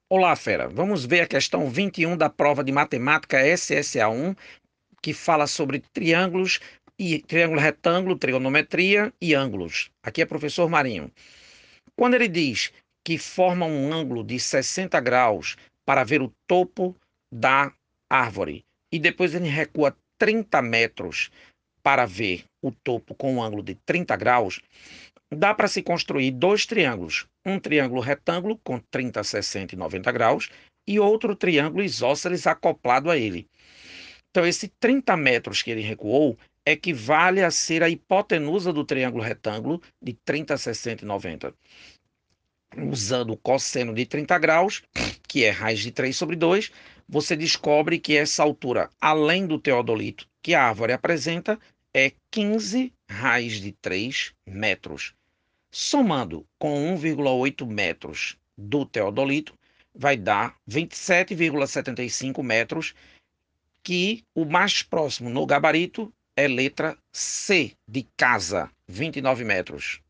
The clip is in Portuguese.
Olá, fera. Vamos ver a questão 21 da prova de matemática SSA1, que fala sobre triângulos e triângulo retângulo, trigonometria e ângulos. Aqui é professor Marinho. Quando ele diz que forma um ângulo de 60 graus para ver o topo da árvore e depois ele recua 30 metros para ver o topo com um ângulo de 30 graus, dá para se construir dois triângulos. Um triângulo retângulo com 30, 60 e 90 graus e outro triângulo isósceles acoplado a ele. Então, esse 30 metros que ele recuou equivale a ser a hipotenusa do triângulo retângulo de 30, 60 e 90. Usando o cosseno de 30 graus, que é raiz de 3 sobre 2, você descobre que essa altura, além do teodolito que a árvore apresenta, é 15 raiz de 3 metros. Somando com 1,8 metros do teodolito, vai dar 27,75 metros, que o mais próximo no gabarito é letra C, de casa, 29 metros.